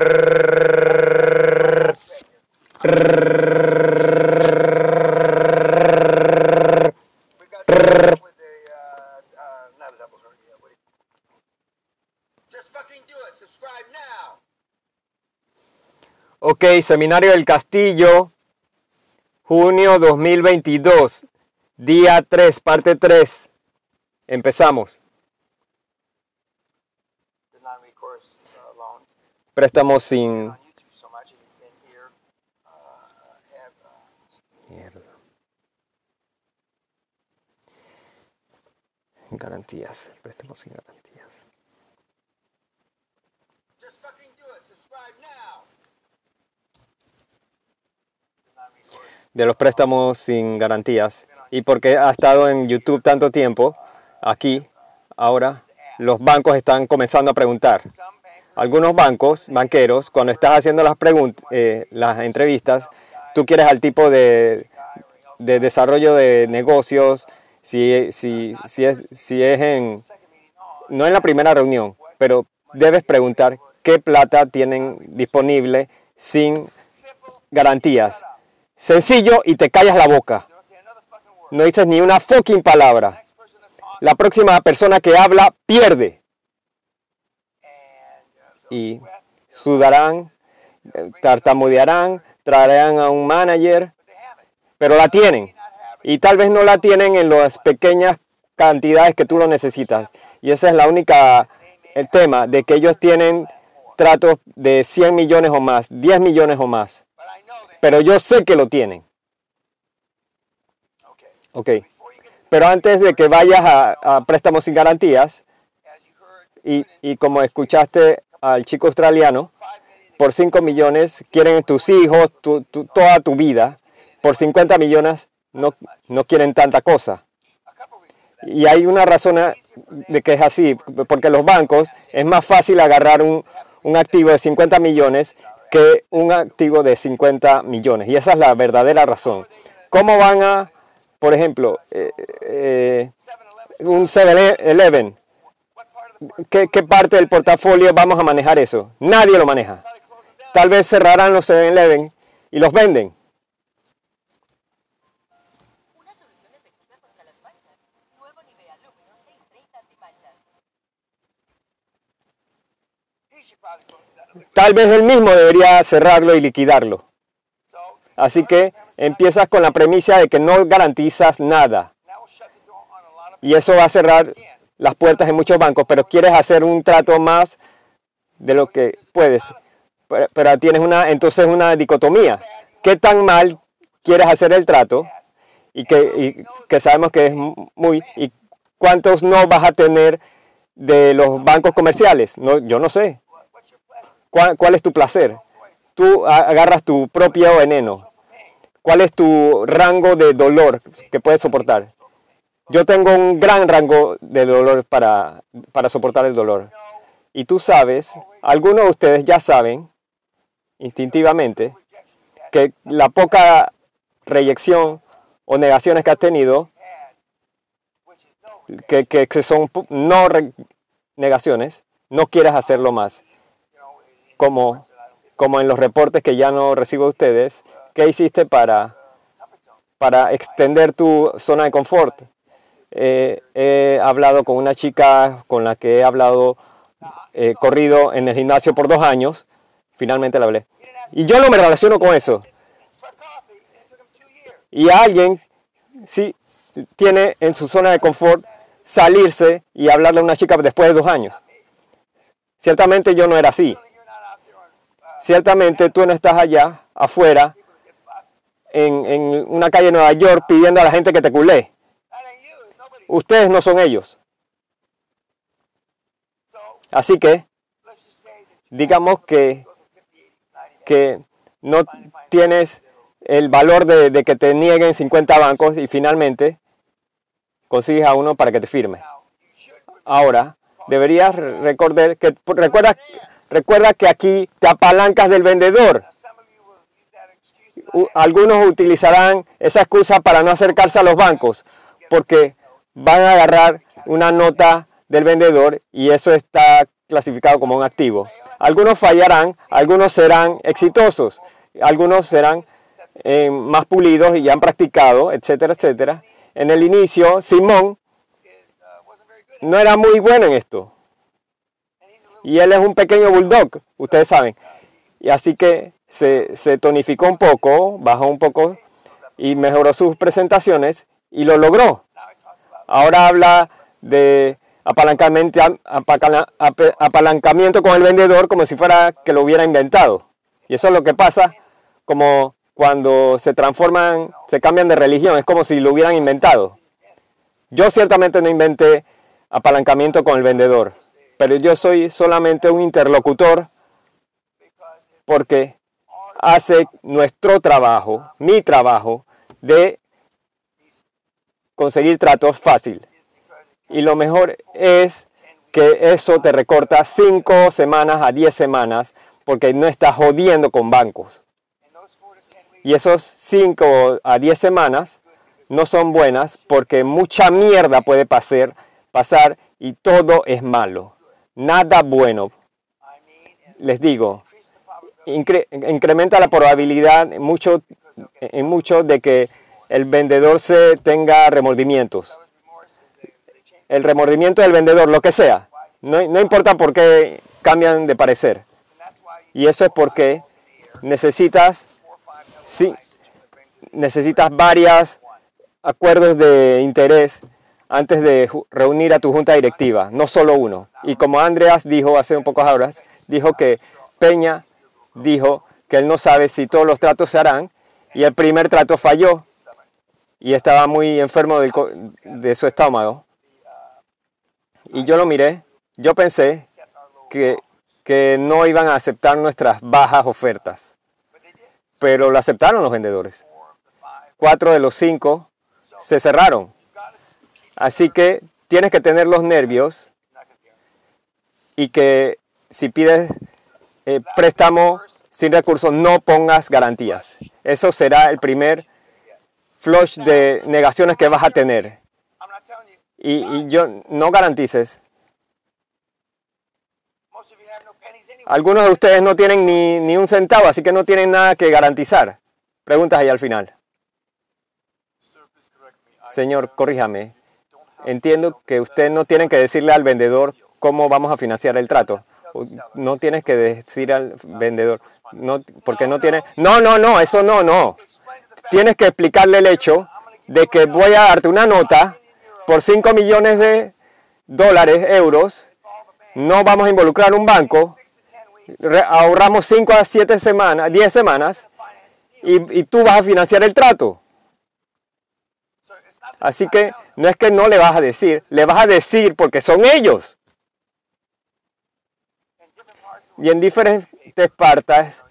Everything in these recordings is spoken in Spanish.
Ok, Seminario del Castillo, junio 2022, día 3, parte 3. Empezamos. Préstamos sin... Mierda. Sin garantías, préstamos sin garantías. De los préstamos sin garantías. Y porque ha estado en YouTube tanto tiempo, aquí, ahora, los bancos están comenzando a preguntar. Algunos banqueros, cuando estás haciendo las entrevistas, tú quieres al tipo de desarrollo de negocios, si es no en la primera reunión, pero debes preguntar qué plata tienen disponible sin garantías. Sencillo y te callas la boca. No dices ni una fucking palabra. La próxima persona que habla pierde. Y sudarán, tartamudearán, traerán a un manager, pero la tienen. Y tal vez no la tienen en las pequeñas cantidades que tú lo necesitas. Y esa es el tema, de que ellos tienen tratos de 100 millones o más, 10 millones o más. Pero yo sé que lo tienen. Ok. Pero antes de que vayas a préstamos sin garantías, y como escuchaste al chico australiano, por 5 millones quieren tus hijos, toda tu vida. Por 50 millones no quieren tanta cosa. Y hay una razón de que es así, porque los bancos es más fácil agarrar un activo de 50 millones que un activo de 50 millones. Y esa es la verdadera razón. ¿Cómo van a, por ejemplo, un 7-Eleven? ¿Qué parte del portafolio vamos a manejar eso? Nadie lo maneja. Tal vez cerrarán los 7-Eleven y los venden. Una solución efectiva contra las manchas. Nuevo Nivea Lumino 630 antimanchas. Tal vez él mismo debería cerrarlo y liquidarlo. Así que empiezas con la premisa de que no garantizas nada. Y eso va a cerrar las puertas en muchos bancos, pero quieres hacer un trato más de lo que puedes. Pero tienes entonces una dicotomía. ¿Qué tan mal quieres hacer el trato? Y que sabemos que es muy... ¿Y cuántos no vas a tener de los bancos comerciales? No, yo no sé. ¿Cuál es tu placer? Tú agarras tu propio veneno. ¿Cuál es tu rango de dolor que puedes soportar? Yo tengo un gran rango de dolor para soportar el dolor. Y tú sabes, algunos de ustedes ya saben, instintivamente, que la poca reyección o negaciones que has tenido, que son no negaciones, no quieres hacerlo más. Como en los reportes que ya no recibo de ustedes, ¿qué hiciste para extender tu zona de confort? He hablado con una chica con la que he hablado, corrido en el gimnasio por 2 años. Finalmente la hablé. Y yo no me relaciono con eso. Y alguien sí tiene en su zona de confort salirse y hablarle a una chica después de 2 años. Ciertamente yo no era así. Ciertamente tú no estás allá afuera en una calle de Nueva York pidiendo a la gente que te culé. Ustedes no son ellos. Así que, digamos que no tienes el valor de que te nieguen 50 bancos y finalmente consigues a uno para que te firme. Ahora, deberías recordar que recuerda que aquí te apalancas del vendedor. Algunos utilizarán esa excusa para no acercarse a los bancos, porque van a agarrar una nota del vendedor y eso está clasificado como un activo. Algunos fallarán, algunos serán exitosos, algunos serán más pulidos y han practicado, etcétera, etcétera. En el inicio, Simón no era muy bueno en esto. Y él es un pequeño bulldog, ustedes saben. Y así que se tonificó un poco, bajó un poco y mejoró sus presentaciones y lo logró. Ahora habla de apalancamiento con el vendedor como si fuera que lo hubiera inventado. Y eso es lo que pasa como cuando se cambian de religión, es como si lo hubieran inventado. Yo ciertamente no inventé apalancamiento con el vendedor, pero yo soy solamente un interlocutor porque hace nuestro trabajo, mi trabajo, de conseguir tratos fácil. Y lo mejor es que eso te recorta 5 semanas a 10 semanas porque no estás jodiendo con bancos. Y esos 5 a 10 semanas no son buenas porque mucha mierda puede pasar y todo es malo. Nada bueno. Les digo, incrementa la probabilidad en mucho de que el vendedor tenga remordimientos. El remordimiento del vendedor, lo que sea. No importa por qué cambian de parecer. Y eso es porque necesitas varios acuerdos de interés antes de reunir a tu junta directiva, no solo uno. Y como Andreas dijo hace un pocas horas, dijo que Peña dijo que él no sabe si todos los tratos se harán y el primer trato falló y estaba muy enfermo de su estómago. Y yo lo miré, yo pensé que no iban a aceptar nuestras bajas ofertas, pero lo aceptaron los vendedores. 4 de los 5 se cerraron. Así que tienes que tener los nervios y que si pides préstamo sin recursos no pongas garantías. Eso será el primer flush de negaciones que vas a tener. Y yo no garantices. Algunos de ustedes no tienen ni un centavo, así que no tienen nada que garantizar. Preguntas ahí al final. Señor, corríjame. Entiendo que ustedes no tienen que decirle al vendedor cómo vamos a financiar el trato. No tienes que decir al vendedor, porque no tiene... No, eso no. Tienes que explicarle el hecho de que voy a darte una nota por 5 millones de dólares, euros. No vamos a involucrar un banco. Ahorramos 5 a 7 semanas, 10 semanas, y tú vas a financiar el trato. Así que no es que no le vas a decir porque son ellos. Y en diferentes partes,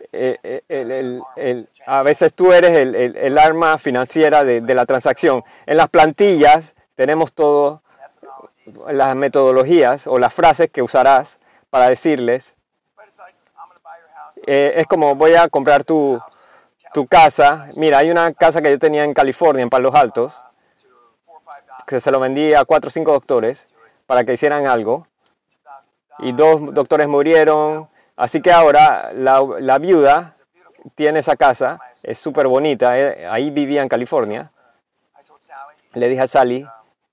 a veces tú eres el arma financiera de la transacción. En las plantillas tenemos todas las metodologías o las frases que usarás para decirles. Es como voy a comprar tu casa. Mira, hay una casa que yo tenía en California, en Palos Altos, que se lo vendí a 4 o 5 doctores para que hicieran algo. Y 2 doctores murieron. Así que ahora la viuda tiene esa casa. Es súper bonita. Ahí vivía en California. Le dije a Sally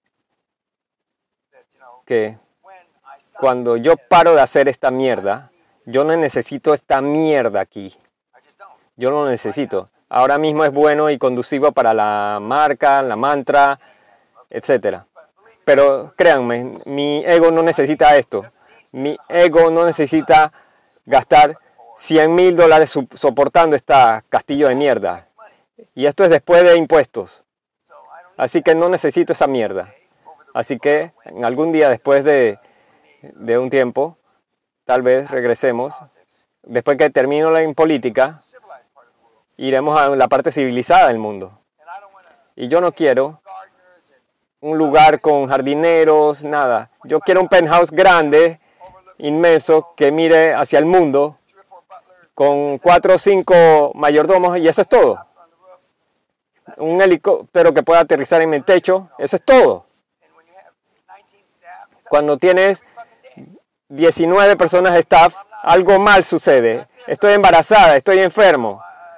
que cuando yo paro de hacer esta mierda, yo no necesito esta mierda aquí. Yo no lo necesito. Ahora mismo es bueno y conducivo para la marca, la mantra, etc. Pero créanme, mi ego no necesita esto. Mi ego no necesita gastar $100,000 soportando este castillo de mierda. Y esto es después de impuestos. Así que no necesito esa mierda. Así que en algún día después de un tiempo, tal vez regresemos. Después que termino en política, iremos a la parte civilizada del mundo. Y yo no quiero un lugar con jardineros, nada. Yo quiero un penthouse grande, inmenso, que mire hacia el mundo, con 4 o 5 mayordomos, y eso es todo. Un helicóptero que pueda aterrizar en mi techo, eso es todo. Cuando tienes 19 personas de staff, algo mal sucede. Estoy embarazada, estoy enfermo.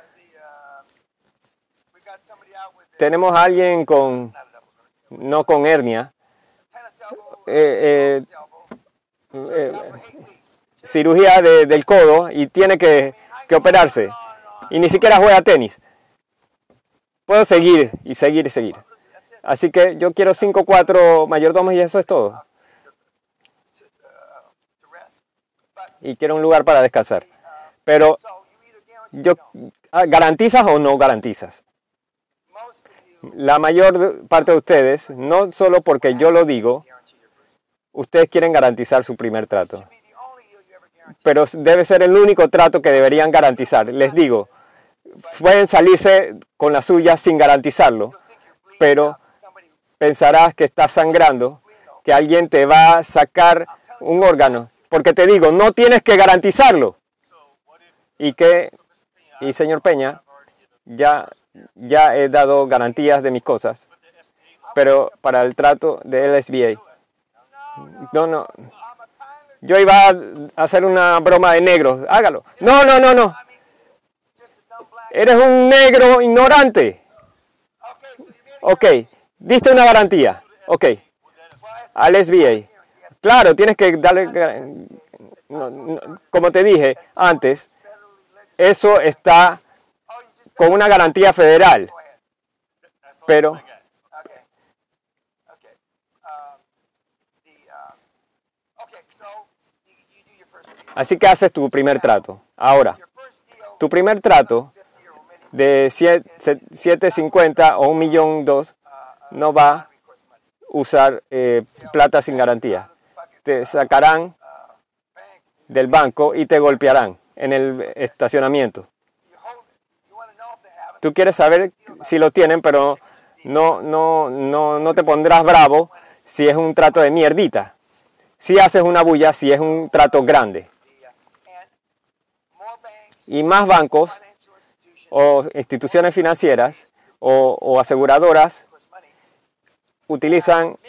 Tenemos a alguien con, no con hernia, cirugía del codo y tiene que operarse. Y ni siquiera juega tenis. Puedo seguir y seguir y seguir. Así que yo quiero 5 o 4 mayordomos y eso es todo. Y quiero un lugar para descansar. Pero, ¿garantizas o no garantizas? La mayor parte de ustedes, no solo porque yo lo digo, ustedes quieren garantizar su primer trato. Pero debe ser el único trato que deberían garantizar. Les digo, pueden salirse con la suya sin garantizarlo, pero pensarás que estás sangrando, que alguien te va a sacar un órgano. Porque te digo, no tienes que garantizarlo. Y señor Peña, ya he dado garantías de mis cosas, pero para el trato de LSBA, no. Yo iba a hacer una broma de negros. Hágalo. No. Eres un negro ignorante. Ok. Diste una garantía. Ok. Al SBA. Claro, tienes que darle... como te dije antes, eso está con una garantía federal. Pero... Así que haces tu primer trato. Ahora, tu primer trato de 750 o 1.200.000 no va a usar plata sin garantía. Te sacarán del banco y te golpearán en el estacionamiento. Tú quieres saber si lo tienen, pero no te pondrás bravo si es un trato de mierdita. Si haces una bulla, si es un trato grande. Y más bancos o instituciones financieras o aseguradoras utilizan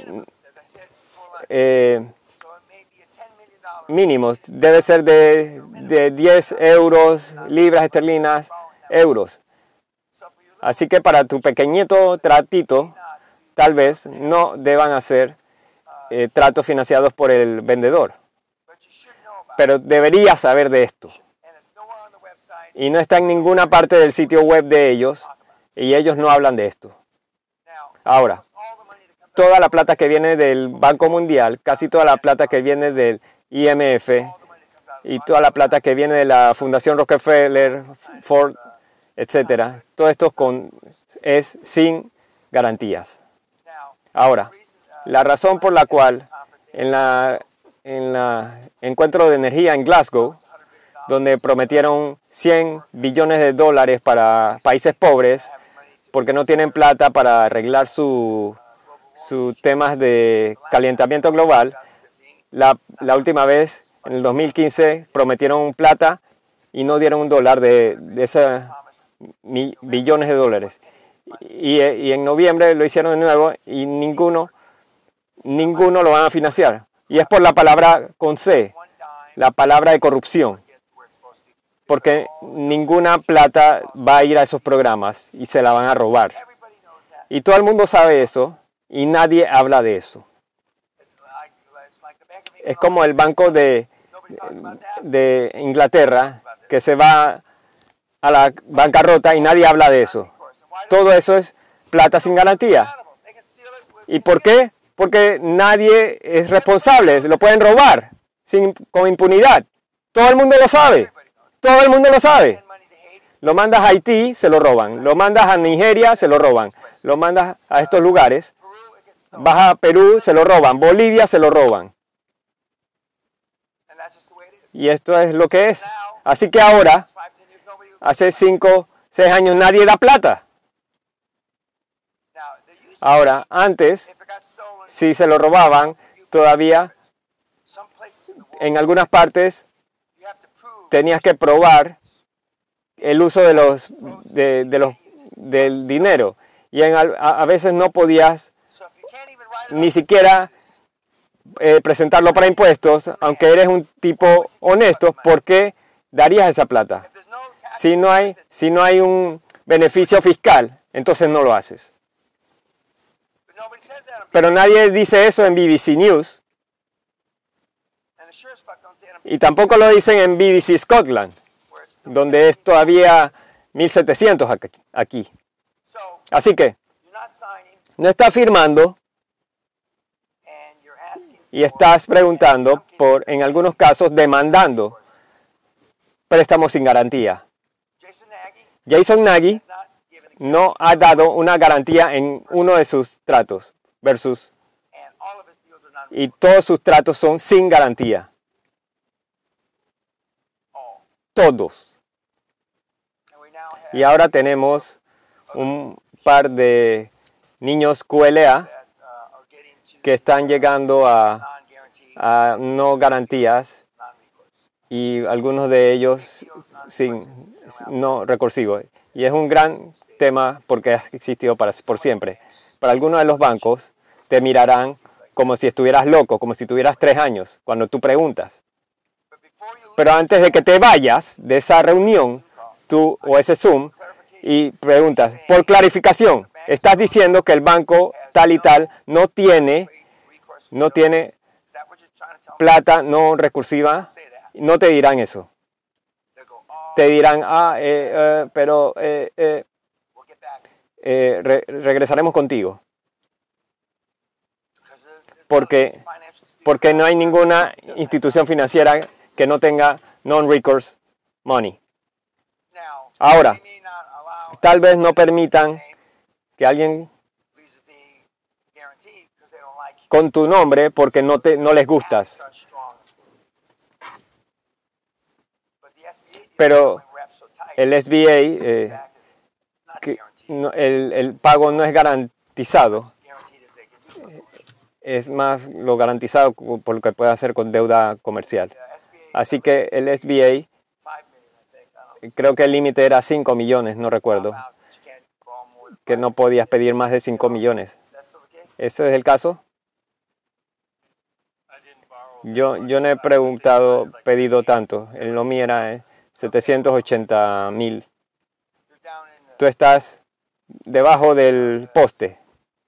mínimos. Debe ser de 10 euros, libras esterlinas, euros. Así que para tu pequeñito tratito, tal vez no deban hacer tratos financiados por el vendedor. Pero deberías saber de esto. Y no está en ninguna parte del sitio web de ellos, y ellos no hablan de esto. Ahora, toda la plata que viene del Banco Mundial, casi toda la plata que viene del IMF, y toda la plata que viene de la Fundación Rockefeller, Ford, etc., todo esto es sin garantías. Ahora, la razón por la cual en la encuentro de energía en Glasgow, donde prometieron 100 billones de dólares para países pobres, porque no tienen plata para arreglar sus temas de calentamiento global. La última vez, en el 2015, prometieron plata y no dieron $1 de esos billones de dólares. Y en noviembre lo hicieron de nuevo y ninguno lo van a financiar. Y es por la palabra con C, la palabra de corrupción. Porque ninguna plata va a ir a esos programas y se la van a robar. Y todo el mundo sabe eso y nadie habla de eso. Es como el Banco de Inglaterra que se va a la bancarrota y nadie habla de eso. Todo eso es plata sin garantía. ¿Y por qué? Porque nadie es responsable. Lo pueden robar con impunidad. Todo el mundo lo sabe. Todo el mundo lo sabe. Lo mandas a Haití, se lo roban. Lo mandas a Nigeria, se lo roban. Lo mandas a estos lugares. Vas a Perú, se lo roban. Bolivia, se lo roban. Y esto es lo que es. Así que ahora, hace 5, 6 años, nadie da plata. Ahora, antes, si se lo robaban, todavía en algunas partes tenías que probar el uso del dinero. Y a veces no podías ni siquiera presentarlo para impuestos, aunque eres un tipo honesto, ¿por qué darías esa plata? If there's no tax Si no hay un beneficio fiscal, entonces no lo haces. but nobody says that on Pero nadie dice eso en BBC News and the sure as fuck don't say it on y tampoco lo dicen en BBC Scotland, where it's still donde es todavía 1700 aquí. so Así que you're not signing no estás firmando and you're asking y estás preguntando por, en algunos casos, demandando préstamos sin garantía. Jason Nagy Jason Nagy has not given a no ha dado una garantía en uno de sus tratos versus and all of his deals are not y todos sus tratos son sin garantía. all. Todos. And we now have Y ahora tenemos un par de niños QLA that are getting to que están llegando non-guaranteed, a no garantías non-recourse. y algunos de ellos sin no recursivos. Y es un gran tema porque ha existido por siempre. Para algunos de los bancos te mirarán como si estuvieras loco, como si tuvieras 3 años, cuando tú preguntas. But before you leave, Pero antes de que te vayas de esa reunión, tú o ese Zoom, y preguntas, por clarificación, estás diciendo que el banco tal y tal no tiene recourse, no is that what you're trying to tell me? plata no recursiva, Say that. no te dirán eso. They'll go, oh, Te dirán, pero we'll get back. regresaremos contigo. Because there's Porque, financial institution porque no hay ninguna institución financiera que no tenga non-recourse money. now, Ahora, they may not allow tal vez no permitan que alguien vis-a-vis guaranteed because they don't like you. con tu nombre porque no les gustas. Start strong. But the SBA deal Pero only wraps so tight, el SBA, back is not que guaranteed. el pago no es garantizado, Guaranteed if they can do something with it. es más lo garantizado por lo que puede hacer con deuda comercial. The SBA, Así que el SBA, 5 million, I think. I don't creo que el límite era 5 millones, no recuerdo, know. You can't borrow more than que no podías pedir más de 5 millones. Is that still the case? ¿Eso es el caso? Yo no he pedido tanto. En lo mío era 780,000. You're down in Tú estás debajo del poste.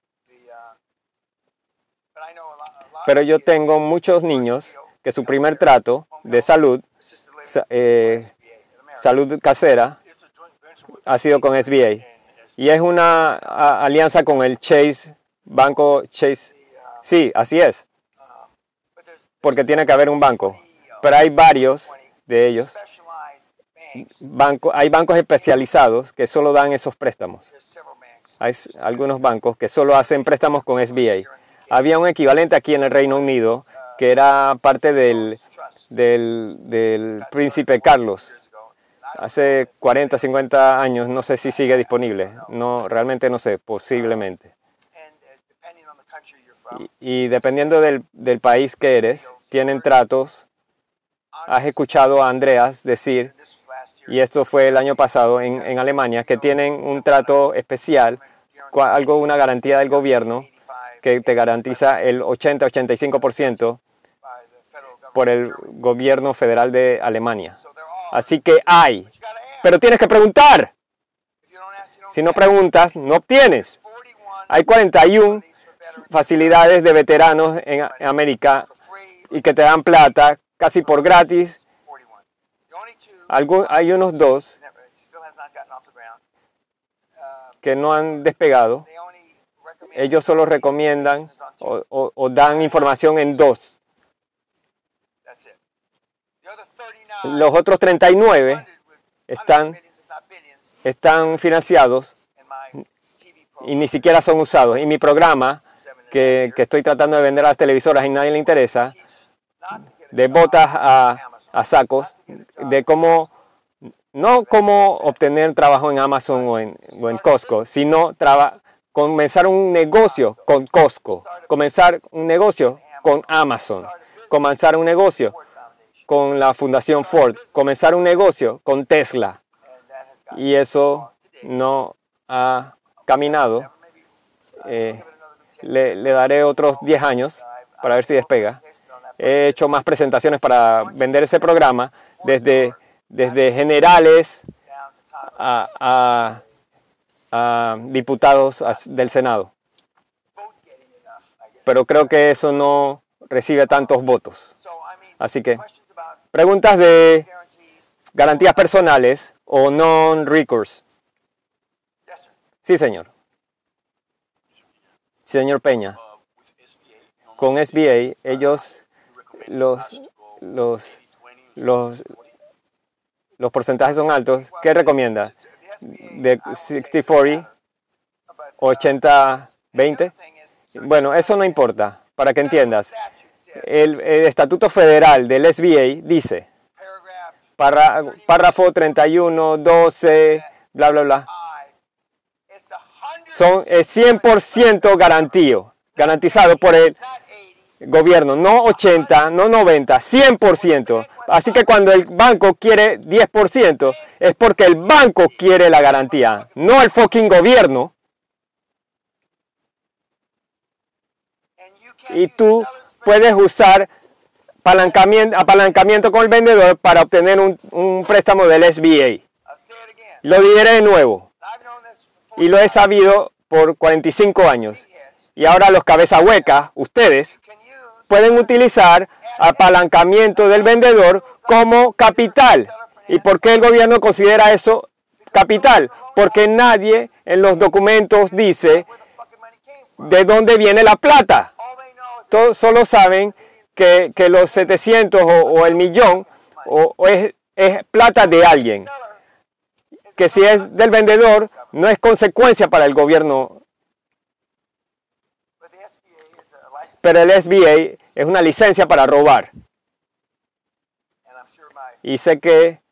but I know a lot Pero of yo kids tengo muchos niños que su primer trato de salud, assisted living sa- salud casera, ha sido con SBA. Y es una alianza con el Chase, Banco Chase. Sí, así es, but there's porque tiene que haber un banco. Pero hay varios de ellos. specialized banks. Hay bancos especializados que solo dan esos préstamos. There's several banks. Hay algunos bancos que solo hacen préstamos con SBA. Había un equivalente aquí en el Reino Unido que era parte del príncipe Carlos. Years ago. Hace 40, 50 años, no sé si sigue disponible. No, realmente no sé, posiblemente. And depending on the country you're from, Y dependiendo del país que eres, tienen tratos. Has escuchado a Andreas decir, this was last year, y esto fue el año pasado en Alemania, que tienen un trato especial, una garantía del gobierno 85 que te garantiza el 80-85% by the federal government. por el gobierno federal de Alemania. So they're all, Así que hay, you gotta ask. pero tienes que preguntar. If you don't ask, you don't Si no get. preguntas, no obtienes. 41 Hay 41 facilities for veterans facilidades de veteranos en América for free, y que te dan plata casi por gratis. 41. The only two Hay unos dos never, still has not gotten off the ground. que no han despegado. They only recommend Ellos solo recomiendan o dan información en dos. that's it. The other 39 Los otros 39 funded with están, hundreds of millions, if not billions, están financiados in my TV y program. ni siquiera son usados. Y mi programa que estoy tratando de vender a las televisoras y nadie le interesa, Not to get a de job botas at Amazon. a sacos, de no cómo obtener trabajo en Amazon o en Costco, sino comenzar un negocio con Costco, comenzar un negocio con Amazon, comenzar un negocio Ford Foundation. con la Fundación Ford, comenzar un negocio con Tesla. And that has got Y eso no ha caminado. maybe Le daré otros 10 años. para ver si despega. He hecho más presentaciones para vender ese programa, desde generales down to top. a diputados del Senado. Vote getting enough, I guess. Pero creo que eso no recibe tantos votos. So, I mean, Así que, questions about preguntas de guarantees. garantías personales o non-recourse. Yes, sir. Sí, señor. Señor Peña. Con SBA, ellos, los porcentajes son altos. ¿Qué recomienda? ¿De 60-40? ¿80-20? Bueno, eso no importa, para que entiendas. El Estatuto Federal del SBA dice, párrafo 31, 12, bla, bla, bla. Es 100% garantizado por el gobierno, no 80, no 90, 100%. Así que cuando el banco quiere 10%, es porque el banco quiere la garantía, no el fucking gobierno. Y tú puedes usar apalancamiento con el vendedor para obtener un préstamo del SBA. Lo diré de nuevo. Y lo he sabido por 45 años. Y ahora los cabezas huecas, ustedes, pueden utilizar apalancamiento del vendedor como capital. ¿Y por qué el gobierno considera eso capital? Porque nadie en los documentos dice de dónde viene la plata. Todos solo saben que los 700 o el millón es plata de alguien. Que si es del vendedor, no es consecuencia para el gobierno. Pero el SBA es una licencia para robar. Y sé que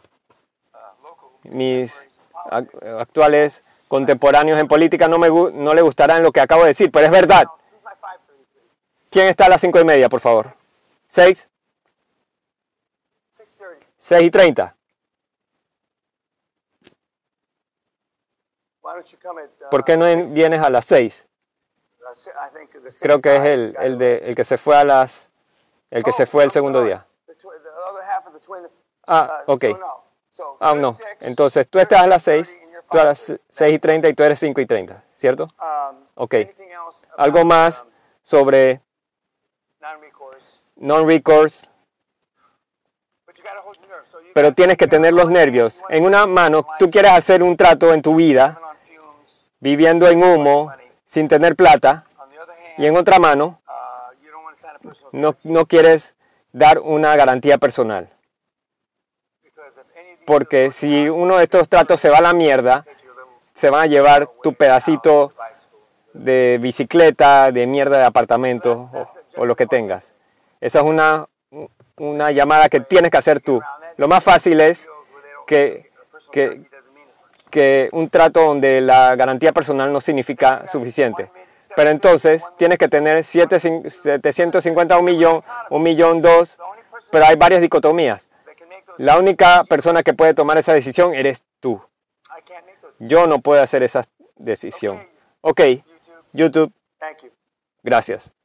mis actuales contemporáneos en política no le gustarán lo que acabo de decir, pero es verdad. ¿Quién está a las 5:30, por favor? ¿6? 6:30. ¿Por qué no vienes a las 6? Creo que es el que se fue el que se fue el segundo día. Ah, ok. Ah, no. Entonces tú estás a las 6, tú a las 6:30 y tú eres 5:30, ¿cierto? Ok. Algo más sobre non-recourse. Pero tienes que tener los nervios. En una mano, tú quieres hacer un trato en tu vida, viviendo en humo, sin tener plata. Y en otra mano, no quieres dar una garantía personal. Porque si uno de estos tratos se va a la mierda, se van a llevar tu pedacito de bicicleta, de mierda de apartamento o lo que tengas. Esa es una llamada que tienes que hacer tú. Lo más fácil es que un trato donde la garantía personal no significa suficiente. Pero entonces tienes que tener 750 a 1 millón, 2, pero hay varias dicotomías. La única persona que puede tomar esa decisión eres tú. Yo no puedo hacer esa decisión. Ok, YouTube, gracias.